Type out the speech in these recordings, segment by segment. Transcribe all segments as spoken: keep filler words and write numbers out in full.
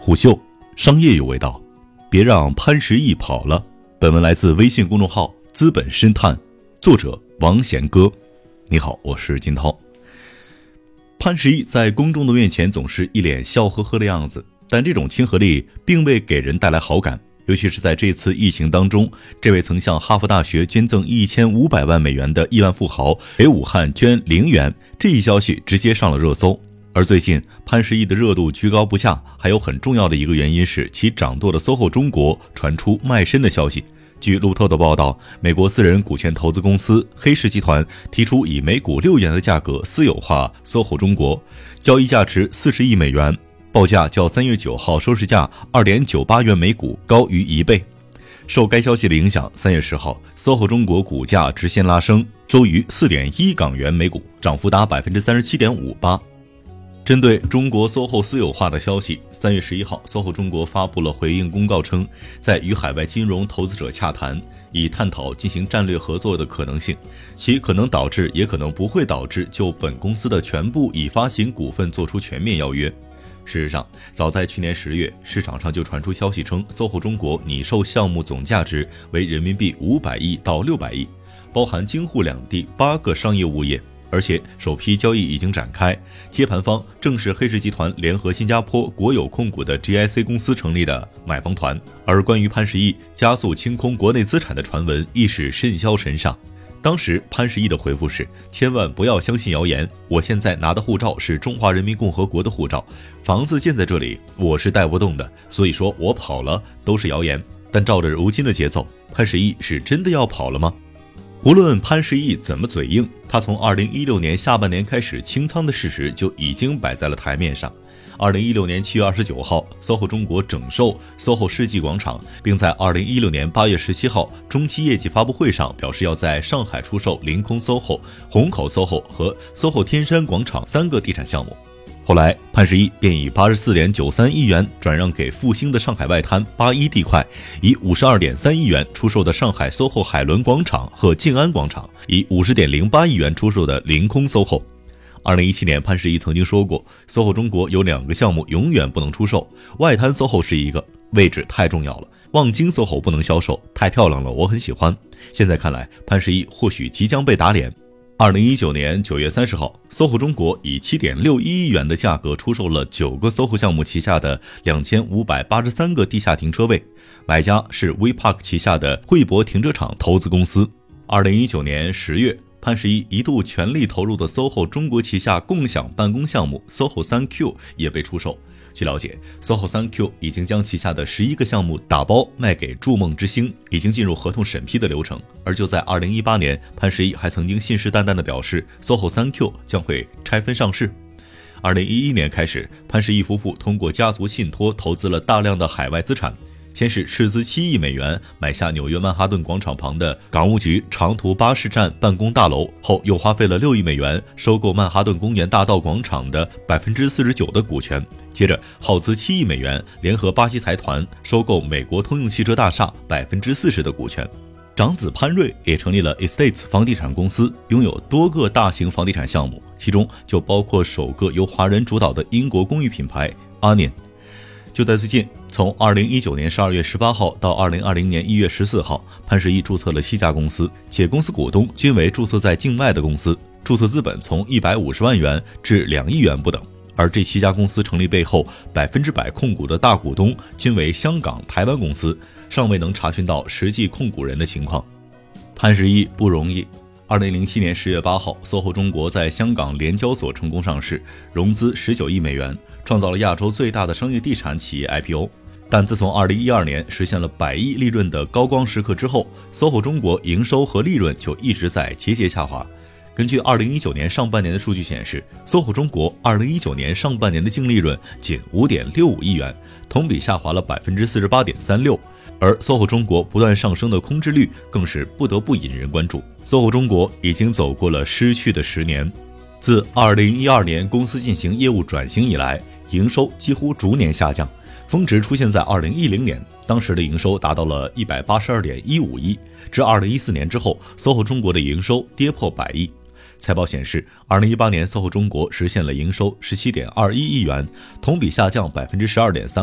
虎嗅，商业有味道，别让潘石屹跑了。本文来自微信公众号资本深探，作者王贤哥。你好，我是金涛。潘石屹在公众的面前总是一脸笑呵呵的样子，但这种亲和力并未给人带来好感。尤其是在这次疫情当中，这位曾向哈佛大学捐赠一千五百万美元的亿万富豪给武汉捐零元，这一消息直接上了热搜。而最近潘石屹的热度居高不下，还有很重要的一个原因是其掌舵的 S O H O 中国传出卖身的消息。据路透的报道，美国私人股权投资公司黑石集团提出以每股六元的价格私有化 S O H O 中国，交易价值四十亿美元，报价较三月九号收市价 二点九八元每股高于一倍。受该消息的影响，三月十号 S O H O 中国股价直线拉升，收于 四点一港元每股，涨幅达 百分之三十七点五八。针对中国 S O H O 私有化的消息，三月十一号 S O H O 中国发布了回应公告称，在与海外金融投资者洽谈，以探讨进行战略合作的可能性，其可能导致也可能不会导致就本公司的全部已发行股份做出全面邀约。事实上，早在去年十月，市场上就传出消息称 S O H O 中国拟售项目总价值为人民币五百亿到六百亿，包含京沪两地八个商业物业，而且首批交易已经展开，接盘方正是黑石集团联合新加坡国有控股的 G I C 公司成立的买方团。而关于潘石屹加速清空国内资产的传闻亦是甚嚣尘上。当时潘石屹的回复是，千万不要相信谣言，我现在拿的护照是中华人民共和国的护照，房子建在这里，我是带不动的，所以说我跑了都是谣言。但照着如今的节奏，潘石屹是真的要跑了吗？无论潘石屹怎么嘴硬，他从二零一六年下半年开始清仓的事实就已经摆在了台面上。二零一六年七月二十九号 ，S O H O 中国整售 S O H O 世纪广场，并在二零一六年八月十七号中期业绩发布会上表示要在上海出售凌空 S O H O、虹口 S O H O 和 S O H O 天山广场三个地产项目。后来，潘石屹便以八十四点九三亿元转让给复兴的上海外滩八一地块，以五十二点三亿元出售的上海 S O H O 海伦广场和静安广场，以五十点零八亿元出售的凌空 S O H O。二零一七年，潘石屹曾经说过 ，S O H O 中国有两个项目永远不能出售，外滩 S O H O 是一个，位置太重要了；望京 S O H O 不能销售，太漂亮了，我很喜欢。现在看来，潘石屹或许即将被打脸。二零一九年九月三十号 ，S O H O 中国以 七点六一亿元的价格出售了九个 S O H O 项目旗下的两千五百八十三个地下停车位，买家是 WePark 旗下的汇博停车场投资公司。二零一九年十月，潘石屹一度全力投入的 S O H O 中国旗下共享办公项目 S O H O 三 Q 也被出售。据了解 ，S O H O 三 Q 已经将旗下的十一个项目打包卖给筑梦之星，已经进入合同审批的流程。而就在二零一八年，潘石屹还曾经信誓旦旦地表示 ，S O H O 三 Q 将会拆分上市。二零一一年开始，潘石屹夫妇通过家族信托投资了大量的海外资产。先是斥资七亿美元买下纽约曼哈顿广场旁的港务局长途巴士站办公大楼，后又花费了六亿美元收购曼哈顿公园大道广场的百分之四十九的股权，接着耗资七亿美元联合巴西财团收购美国通用汽车大厦百分之四十的股权。长子潘瑞也成立了 Estates 房地产公司，拥有多个大型房地产项目，其中就包括首个由华人主导的英国公寓品牌 Onion。就在最近，从二零一九年十二月十八号到二零二零年一月十四号，潘石屹注册了七家公司，且公司股东均为注册在境外的公司，注册资本从一百五十万元至两亿元不等。而这七家公司成立背后，百分之百控股的大股东均为香港、台湾公司，尚未能查询到实际控股人的情况。潘石屹不容易。二零零七年十月八号 ，S O H O 中国在香港联交所成功上市，融资十九亿美元，创造了亚洲最大的商业地产企业 I P O。但自从二零一二年实现了百亿利润的高光时刻之后 ，S O H O 中国营收和利润就一直在节节下滑。根据二零一九年上半年的数据显示 ，S O H O 中国二零一九年上半年的净利润仅五点六五亿元，同比下滑了百分之四十八点三六。而 S O H O 中国不断上升的空置率更是不得不引人关注。S O H O 中国已经走过了失去的十年，自二零一二年公司进行业务转型以来，营收几乎逐年下降，峰值出现在二零一零年，当时的营收达到了一百八十二点一五亿，至二零一四年之后 ，S O H O 中国的营收跌破百亿。财报显示，二零一八年 S O H O 中国实现了营收十七点二一亿元，同比下降百分之十二点三二。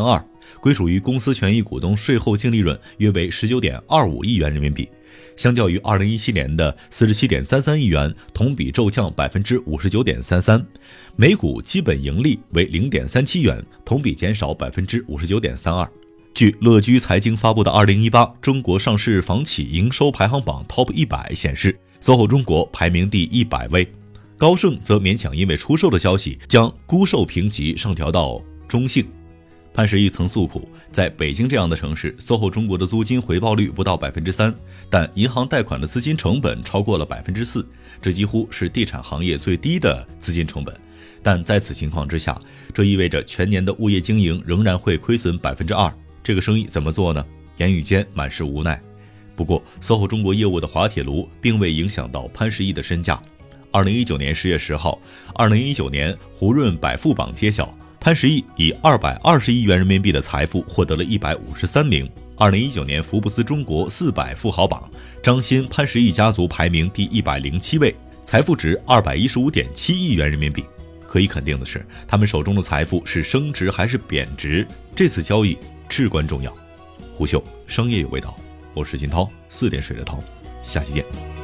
归属于公司权益股东税后净利润约为 十九点二五亿元人民币，相较于二零一七年的 四十七点三三亿元，同比骤降 百分之五十九点三三， 每股基本盈利为 零点三七元，同比减少 百分之五十九点三二。据乐居财经发布的二零一八中国上市房企营收排行榜 Top 一百显示， S O H O 中国排名第一百位，高盛则勉强因为出售的消息将估售评级上调到中性。潘石屹曾诉苦，在北京这样的城市 ，S O H O 中国的租金回报率不到 百分之三， 但银行贷款的资金成本超过了 百分之四， 这几乎是地产行业最低的资金成本。但在此情况之下，这意味着全年的物业经营仍然会亏损 百分之二， 这个生意怎么做呢？言语间满是无奈。不过 S O H O 中国业务的滑铁卢并未影响到潘石屹的身价。二零一九年十月十号，二零一九年胡润百富榜揭晓，潘石屹以二百二十亿元人民币的财富获得了一百五十三名。二零一九年福布斯中国四百富豪榜，张欣、潘石屹家族排名第一百零七位，财富值二百一十五点七亿元人民币。可以肯定的是，他们手中的财富是升值还是贬值，这次交易至关重要。虎嗅商业有味道，我是金涛，四点水的涛，下期见。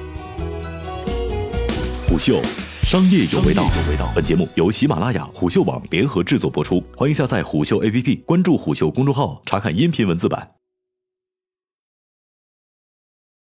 虎嗅商业有味道，本节目由喜马拉雅、虎嗅网联合制作播出，欢迎下载虎嗅 A P P， 关注虎嗅公众号，查看音频文字版。